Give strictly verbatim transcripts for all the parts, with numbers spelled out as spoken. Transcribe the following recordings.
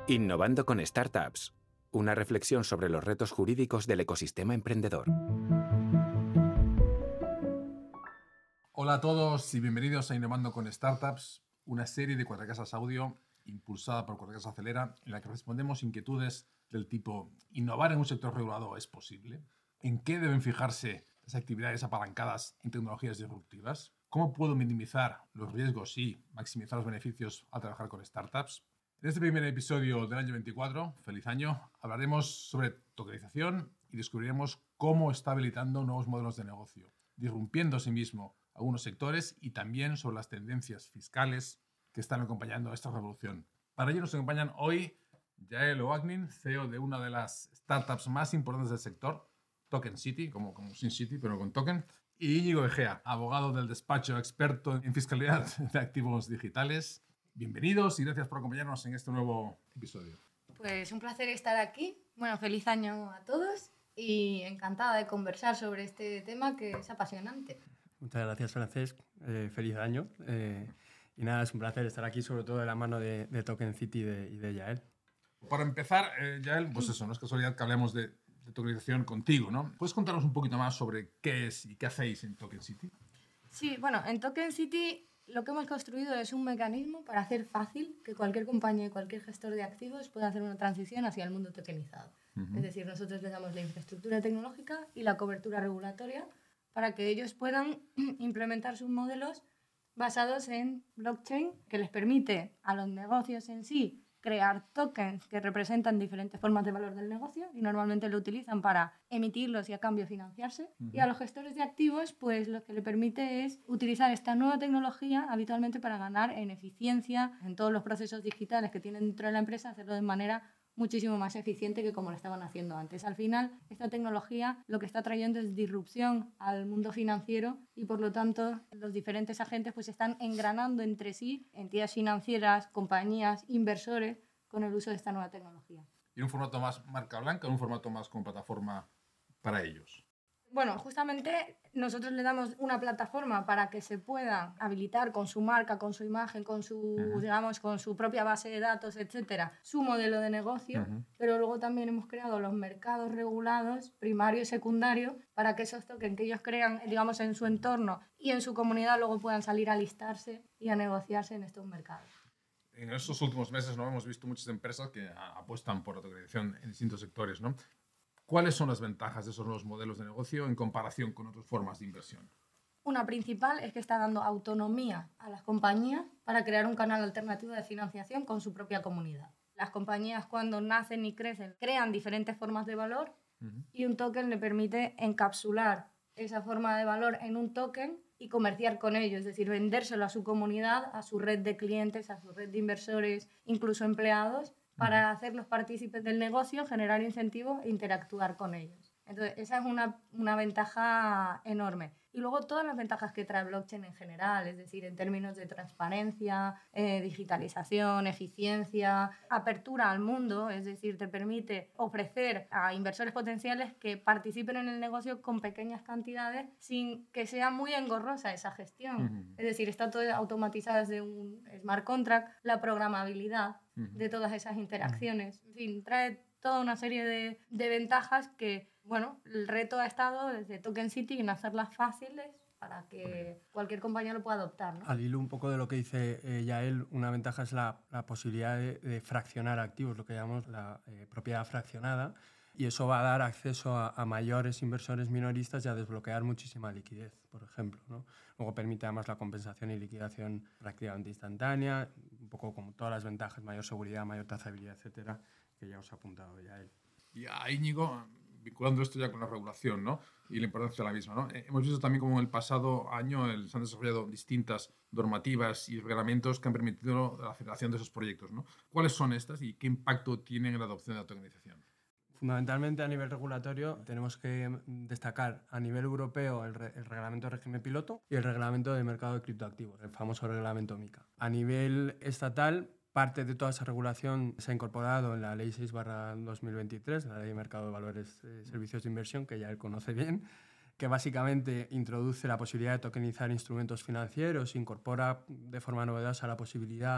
Innovando con Startups. Una reflexión sobre los retos jurídicos del ecosistema emprendedor. Hola a todos y bienvenidos a Innovando con Startups, una serie de Cuatro Casas Audio impulsada por Cuatro Casas Acelera, en la que respondemos inquietudes del tipo: ¿innovar en un sector regulado es posible? ¿En qué deben fijarse las actividades apalancadas en tecnologías disruptivas? ¿Cómo puedo minimizar los riesgos y maximizar los beneficios al trabajar con startups? En este primer episodio del año veinticuatro, feliz año, hablaremos sobre tokenización y descubriremos cómo está habilitando nuevos modelos de negocio, disrumpiendo asimismo algunos sectores, y también sobre las tendencias fiscales que están acompañando a esta revolución. Para ello nos acompañan hoy Yael Oaknin, C E O de una de las startups más importantes del sector, Token City, como, como Sin City, pero con token, y Íñigo Egea, abogado del despacho experto en fiscalidad de activos digitales. Bienvenidos y gracias por acompañarnos en este nuevo episodio. Pues un placer estar aquí. Bueno, feliz año a todos y encantada de conversar sobre este tema que es apasionante. Muchas gracias, Francesc. Eh, feliz año. Eh, y nada, es un placer estar aquí, sobre todo de la mano de, de Token City y de, y de Yael. Para empezar, eh, Yael, pues eso, no es casualidad que hablemos de, de tokenización contigo, ¿no? ¿Puedes contarnos un poquito más sobre qué es y qué hacéis en Token City? Sí, bueno, en Token City lo que hemos construido es un mecanismo para hacer fácil que cualquier compañía y cualquier gestor de activos pueda hacer una transición hacia el mundo tokenizado. Uh-huh. Es decir, nosotros les damos la infraestructura tecnológica y la cobertura regulatoria para que ellos puedan implementar sus modelos basados en blockchain, que les permite a los negocios en sí crear tokens que representan diferentes formas de valor del negocio y normalmente lo utilizan para emitirlos y a cambio financiarse. Uh-huh. Y a los gestores de activos, pues lo que le permite es utilizar esta nueva tecnología habitualmente para ganar en eficiencia en todos los procesos digitales que tienen dentro de la empresa, hacerlo de manera muchísimo más eficiente que como lo estaban haciendo antes. Al final, esta tecnología lo que está trayendo es disrupción al mundo financiero y, por lo tanto, los diferentes agentes pues están engranando entre sí, entidades financieras, compañías, inversores, con el uso de esta nueva tecnología. ¿Y un formato más marca blanca o un formato más como plataforma para ellos? Bueno, justamente nosotros le damos una plataforma para que se pueda habilitar con su marca, con su imagen, con su, uh-huh. digamos, con su propia base de datos, etcétera, su modelo de negocio, uh-huh. pero luego también hemos creado los mercados regulados, primario y secundario, para que esos tokens que ellos crean, digamos, en su entorno y en su comunidad luego puedan salir a listarse y a negociarse en estos mercados. En estos últimos meses, ¿no?, hemos visto muchas empresas que apuestan por la tokenización en distintos sectores, ¿no? ¿Cuáles son las ventajas de esos nuevos modelos de negocio en comparación con otras formas de inversión? Una principal es que está dando autonomía a las compañías para crear un canal alternativo de financiación con su propia comunidad. Las compañías, cuando nacen y crecen, crean diferentes formas de valor, uh-huh. y un token le permite encapsular esa forma de valor en un token y comerciar con ello, es decir, vendérselo a su comunidad, a su red de clientes, a su red de inversores, incluso empleados, para hacerlos partícipes del negocio, generar incentivos e interactuar con ellos. Entonces, esa es una, una ventaja enorme. Y luego todas las ventajas que trae blockchain en general, es decir, en términos de transparencia, eh, digitalización, eficiencia, apertura al mundo, es decir, te permite ofrecer a inversores potenciales que participen en el negocio con pequeñas cantidades sin que sea muy engorrosa esa gestión. Uh-huh. Es decir, está todo automatizado desde un smart contract, la programabilidad uh-huh. de todas esas interacciones. En fin, trae toda una serie de, de ventajas que, bueno, el reto ha estado desde Token City en hacerlas fáciles para que cualquier compañía lo pueda adoptar, ¿no? Al hilo un poco de lo que dice eh, Yael, una ventaja es la, la posibilidad de, de fraccionar activos, lo que llamamos la eh, propiedad fraccionada, y eso va a dar acceso a, a mayores inversores minoristas y a desbloquear muchísima liquidez, por ejemplo, ¿no? Luego permite además la compensación y liquidación prácticamente instantánea, un poco como todas las ventajas, mayor seguridad, mayor trazabilidad, etcétera, que ya os ha apuntado ya él. Y a Íñigo, vinculando esto ya con la regulación, ¿no?, y la importancia de la misma, ¿no? Hemos visto también cómo en el pasado año el, se han desarrollado distintas normativas y reglamentos que han permitido la aceleración de esos proyectos, ¿no? ¿Cuáles son estas y qué impacto tienen en la adopción de la tokenización? Fundamentalmente a nivel regulatorio tenemos que destacar a nivel europeo el, re, el reglamento de régimen piloto y el reglamento de mercado de criptoactivos, el famoso reglamento MiCA. A nivel estatal, parte de toda esa regulación se ha incorporado en la Ley seis barra dos mil veintitrés, la Ley de Mercado de Valores y eh, Servicios de Inversión, que ya él conoce bien, que básicamente introduce la posibilidad de tokenizar instrumentos financieros, incorpora de forma novedosa la posibilidad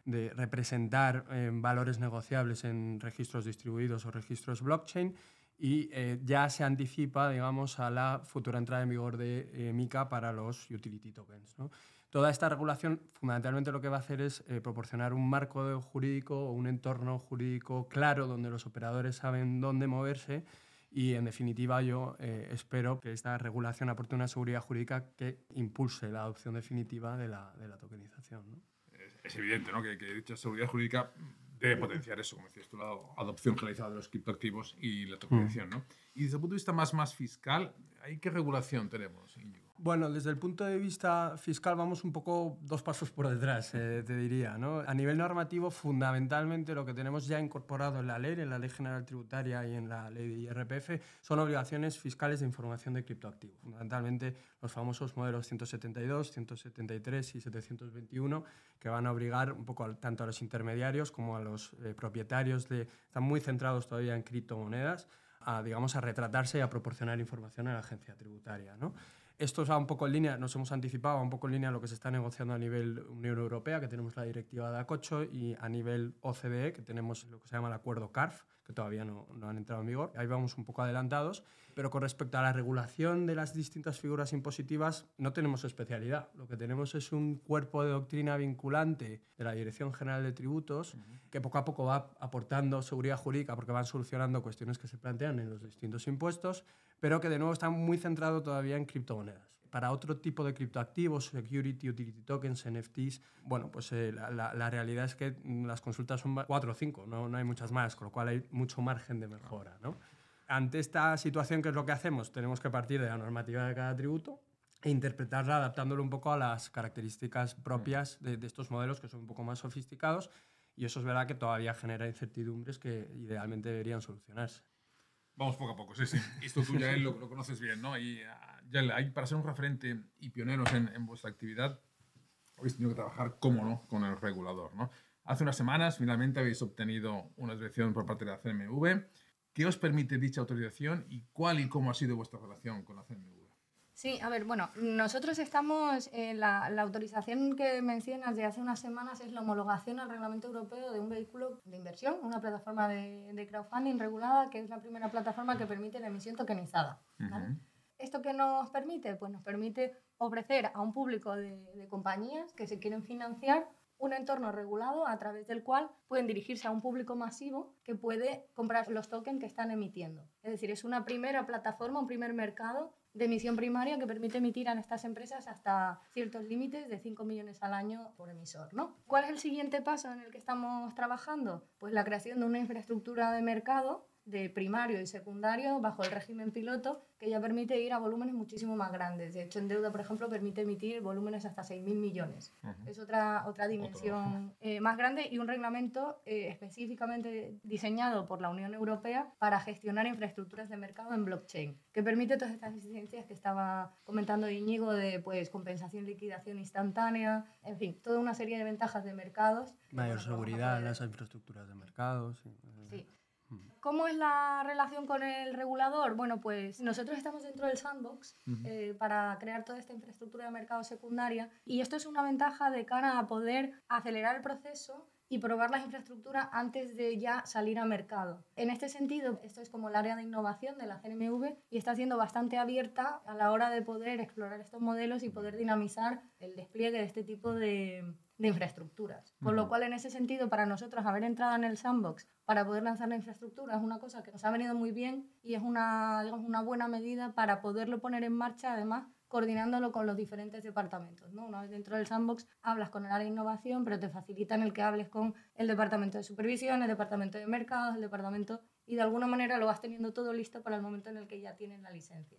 de representar eh, valores negociables en registros distribuidos o registros blockchain, y eh, ya se anticipa, digamos, a la futura entrada en vigor de eh, MiCA para los utility tokens, ¿no? Toda esta regulación fundamentalmente lo que va a hacer es eh, proporcionar un marco jurídico o un entorno jurídico claro donde los operadores saben dónde moverse, y en definitiva yo eh, espero que esta regulación aporte una seguridad jurídica que impulse la adopción definitiva de la, de la tokenización, ¿no? Es, es evidente, ¿no?, que, que dicha seguridad jurídica debe potenciar eso, como decías tú, la adopción generalizada de los criptoactivos y la tokenización, ¿no? Y desde el punto de vista más, más fiscal, ¿ahí qué regulación tenemos, Íñigo? Bueno, desde el punto de vista fiscal vamos un poco dos pasos por detrás, eh, te diría, ¿no? A nivel normativo, fundamentalmente lo que tenemos ya incorporado en la ley, en la Ley General Tributaria y en la Ley de I R P F, son obligaciones fiscales de información de criptoactivos. Fundamentalmente los famosos modelos ciento setenta y dos, ciento setenta y tres y setecientos veintiuno, que van a obligar un poco a, tanto a los intermediarios como a los eh, propietarios, de, están muy centrados todavía en criptomonedas, a, digamos, a retratarse y a proporcionar información a la agencia tributaria, ¿no? Esto va un poco en línea, nos hemos anticipado, un poco en línea a lo que se está negociando a nivel Unión Europea, que tenemos la directiva D A C ocho, y a nivel O C D E, que tenemos lo que se llama el acuerdo C A R F, que todavía no, no han entrado en vigor. Ahí vamos un poco adelantados, pero con respecto a la regulación de las distintas figuras impositivas no tenemos especialidad. Lo que tenemos es un cuerpo de doctrina vinculante de la Dirección General de Tributos, uh-huh, que poco a poco va aportando seguridad jurídica porque van solucionando cuestiones que se plantean en los distintos impuestos, pero que de nuevo está muy centrado todavía en criptomonedas. Para otro tipo de criptoactivos, security, utility tokens, N F Ts, bueno, pues eh, la, la, la realidad es que las consultas son cuatro o cinco, no, no hay muchas más, con lo cual hay mucho margen de mejora, ¿no? Ante esta situación, ¿qué es lo que hacemos? Tenemos que partir de la normativa de cada tributo e interpretarla adaptándolo un poco a las características propias de, de estos modelos, que son un poco más sofisticados, y eso es verdad que todavía genera incertidumbres que idealmente deberían solucionarse. Vamos poco a poco, sí, sí. Esto tú ya lo, lo conoces bien, ¿no? Y ya hay, para ser un referente y pioneros en, en vuestra actividad, habéis tenido que trabajar, cómo no, con el regulador, ¿no? Hace unas semanas, finalmente, habéis obtenido una autorización por parte de la C N M V. ¿Qué os permite dicha autorización y cuál y cómo ha sido vuestra relación con la C N M V? Sí, a ver, bueno, nosotros estamos, eh, la, la autorización que mencionas de hace unas semanas es la homologación al reglamento europeo de un vehículo de inversión, una plataforma de, de crowdfunding regulada, que es la primera plataforma que permite la emisión tokenizada, ¿vale? Uh-huh. ¿Esto qué nos permite? Pues nos permite ofrecer a un público de, de compañías que se quieren financiar un entorno regulado a través del cual pueden dirigirse a un público masivo que puede comprar los tokens que están emitiendo. Es decir, es una primera plataforma, un primer mercado de emisión primaria que permite emitir a estas empresas hasta ciertos límites de cinco millones al año por emisor, ¿no? ¿Cuál es el siguiente paso en el que estamos trabajando? Pues la creación de una infraestructura de mercado de primario y secundario bajo el régimen piloto, que ya permite ir a volúmenes muchísimo más grandes. De hecho, en deuda, por ejemplo, permite emitir volúmenes hasta seis mil millones. Uh-huh. Es otra, otra dimensión eh, más grande, y un reglamento eh, específicamente diseñado por la Unión Europea para gestionar infraestructuras de mercado en blockchain, que permite todas estas exigencias que estaba comentando Íñigo, de pues, compensación, liquidación instantánea, en fin, toda una serie de ventajas de mercados. Mayor seguridad en las infraestructuras de mercado. Sí. sí. ¿Cómo es la relación con el regulador? Bueno, pues nosotros estamos dentro del sandbox uh-huh. eh, para crear toda esta infraestructura de mercado secundaria, y esto es una ventaja de cara a poder acelerar el proceso y probar las infraestructuras antes de ya salir a mercado. En este sentido, esto es como el área de innovación de la C N M V y está siendo bastante abierta a la hora de poder explorar estos modelos y poder dinamizar el despliegue de este tipo de, de infraestructuras. Con lo cual, en ese sentido, para nosotros haber entrado en el sandbox para poder lanzar la infraestructura es una cosa que nos ha venido muy bien y es una, digamos, una buena medida para poderlo poner en marcha, además coordinándolo con los diferentes departamentos, ¿no? Una vez dentro del sandbox hablas con el área de innovación, pero te facilitan el que hables con el departamento de supervisión, el departamento de mercados, el departamento, y de alguna manera lo vas teniendo todo listo para el momento en el que ya tienes la licencia.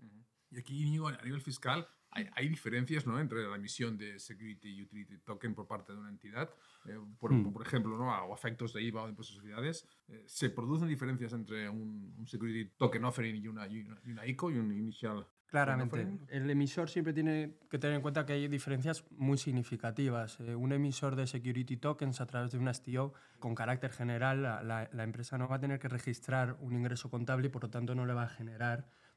Y aquí, Íñigo, a nivel fiscal, hay, hay diferencias, ¿no?, entre la emisión de security y utility token por parte de una entidad, eh, por, mm. por ejemplo, ¿no?, o efectos de I V A o de impuestos de sociedades. Eh, ¿Se producen diferencias entre un, un security token offering y una, y una, y una I C O y un initial? Claramente. El emisor siempre tiene que tener en cuenta que hay diferencias muy significativas. Eh, un emisor de security tokens a través de una S T O, con carácter general, la, la, la empresa no va a tener que registrar un ingreso contable y por lo tanto no le va a generar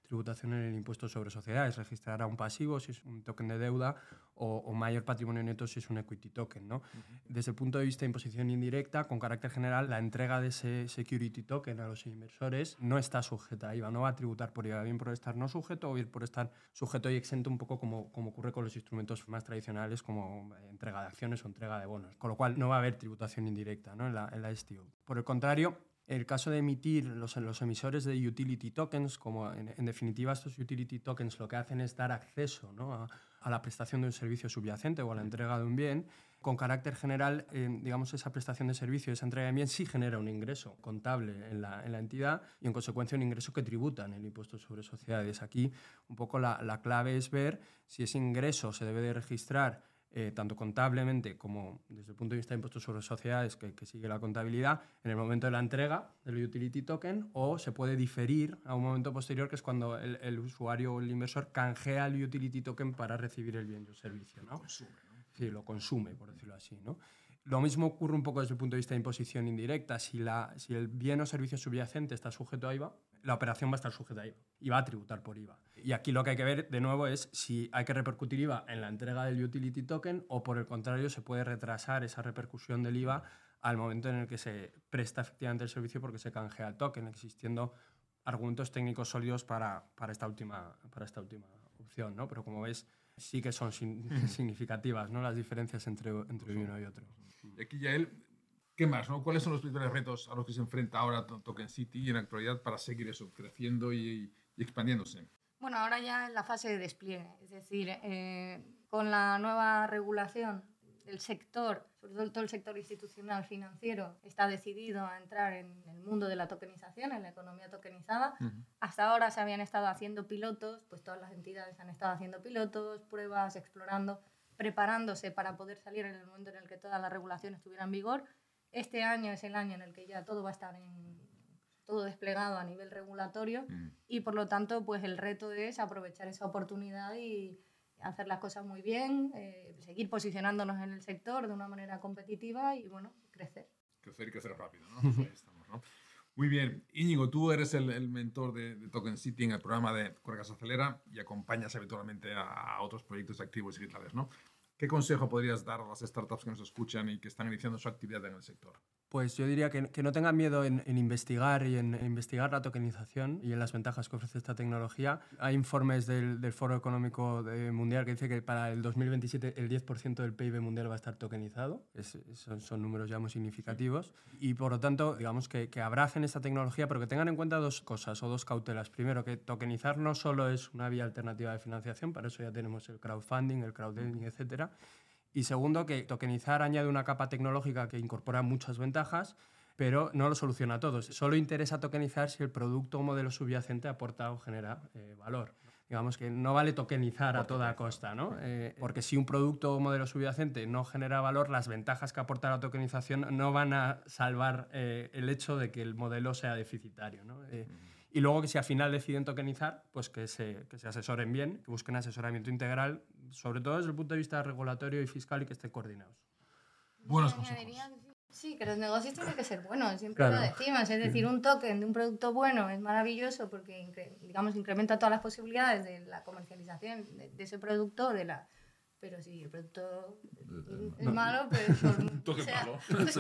tributación en el impuesto sobre sociedades. Registrará un pasivo si es un token de deuda o, o mayor patrimonio neto si es un equity token, ¿no? Uh-huh. Desde el punto de vista de imposición indirecta, con carácter general, la entrega de ese security token a los inversores no está sujeta a I V A, no va a tributar por I V A, bien por estar no sujeto o bien por estar sujeto y exento, un poco como, como ocurre con los instrumentos más tradicionales como entrega de acciones o entrega de bonos, con lo cual no va a haber tributación indirecta, ¿no? en la, en la S T O. Por el contrario, en el caso de emitir los, los emisores de utility tokens, como en, en definitiva estos utility tokens lo que hacen es dar acceso, ¿no? a, a la prestación de un servicio subyacente o a la entrega de un bien, con carácter general, eh, digamos, esa prestación de servicio, esa entrega de bien sí genera un ingreso contable en la, en la entidad y, en consecuencia, un ingreso que tributa en el impuesto sobre sociedades. Aquí, un poco la, la clave es ver si ese ingreso se debe de registrar Eh, tanto contablemente como desde el punto de vista de impuestos sobre sociedades, que, que sigue la contabilidad, en el momento de la entrega del utility token, o se puede diferir a un momento posterior, que es cuando el, el usuario o el inversor canjea el utility token para recibir el bien o servicio, ¿no? Lo consume, ¿no? Sí, lo consume, por decirlo así, ¿no? Lo mismo ocurre un poco desde el punto de vista de imposición indirecta. Si, la, si el bien o servicio subyacente está sujeto a I V A, la operación va a estar sujeta a I V A y va a tributar por I V A. Y aquí lo que hay que ver, de nuevo, es si hay que repercutir I V A en la entrega del utility token o, por el contrario, se puede retrasar esa repercusión del I V A al momento en el que se presta efectivamente el servicio porque se canjea el token, existiendo argumentos técnicos sólidos para, para, esta, última, para esta última opción, ¿no? Pero como ves, sí que son sin, significativas, ¿no? Las diferencias entre, entre uno y otro. Y aquí ya él, ¿qué más, no? ¿Cuáles son los principales retos a los que se enfrenta ahora Token City y en la actualidad para seguir eso, creciendo y, y expandiéndose? Bueno, ahora ya en la fase de despliegue, es decir, eh, con la nueva regulación del sector, sobre todo todo el sector institucional financiero, está decidido a entrar en el mundo de la tokenización, en la economía tokenizada. Uh-huh. Hasta ahora se habían estado haciendo pilotos, pues todas las entidades han estado haciendo pilotos, pruebas, explorando, preparándose para poder salir en el momento en el que toda la regulación estuviera en vigor. Este año es el año en el que ya todo va a estar en, todo desplegado a nivel regulatorio uh-huh. y por lo tanto pues el reto es aprovechar esa oportunidad y hacer las cosas muy bien, eh, seguir posicionándonos en el sector de una manera competitiva y, bueno, crecer. Crecer y crecer rápido, ¿no? Ahí estamos, ¿no? Muy bien. Íñigo, tú eres el, el mentor de, de Token City en el programa de Cuergas Acelera y acompañas habitualmente a, a otros proyectos activos digitales, ¿no? ¿Qué consejo podrías dar a las startups que nos escuchan y que están iniciando su actividad en el sector? Pues yo diría que, que no tengan miedo en, en investigar y en, en investigar la tokenización y en las ventajas que ofrece esta tecnología. Hay informes del, del Foro Económico de Mundial que dice que para el dos mil veintisiete el diez por ciento del P I B mundial va a estar tokenizado. Es, son, son números ya muy significativos. Y por lo tanto, digamos que, que abracen esta tecnología, pero que tengan en cuenta dos cosas o dos cautelas. Primero, que tokenizar no solo es una vía alternativa de financiación, para eso ya tenemos el crowdfunding, el crowdlending, etcétera. Y segundo, que tokenizar añade una capa tecnológica que incorpora muchas ventajas, pero no lo soluciona todo. Solo interesa tokenizar si el producto o modelo subyacente aporta o genera eh, valor. Digamos que no vale tokenizar a toda costa, ¿no? Eh, porque si un producto o modelo subyacente no genera valor, las ventajas que aporta la tokenización no van a salvar eh, el hecho de que el modelo sea deficitario, ¿no? Eh, Y luego que si al final deciden tokenizar, pues que se, que se asesoren bien, que busquen asesoramiento integral, sobre todo desde el punto de vista regulatorio y fiscal y que estén coordinados. Buenos consejos. Sí, que los negocios tienen que ser buenos, siempre claro. lo decimos. Es decir, un token de un producto bueno es maravilloso porque, digamos, incrementa todas las posibilidades de la comercialización de, de ese producto, de la... pero si el producto es no. malo, pues... Un token malo.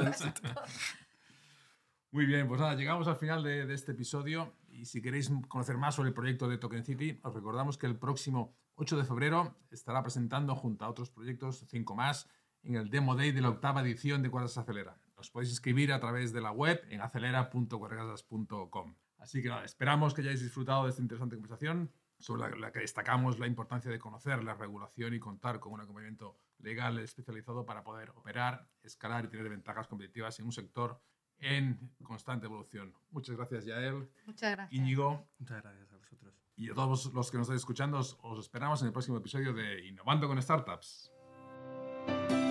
Muy bien, pues nada, llegamos al final de, de este episodio y si queréis conocer más sobre el proyecto de Token City, os recordamos que el próximo ocho de febrero estará presentando junto a otros proyectos, cinco más, en el Demo Day de la octava edición de Cuergas Acelera. Os podéis inscribir a través de la web en acelera punto cuergasas punto com. Así que nada, esperamos que hayáis disfrutado de esta interesante conversación sobre la, la que destacamos la importancia de conocer la regulación y contar con un acompañamiento legal especializado para poder operar, escalar y tener ventajas competitivas en un sector en constante evolución. Muchas gracias, Yael. Muchas gracias. Íñigo. Muchas gracias a vosotros. Y a todos los que nos estáis escuchando, os esperamos en el próximo episodio de Innovando con Startups.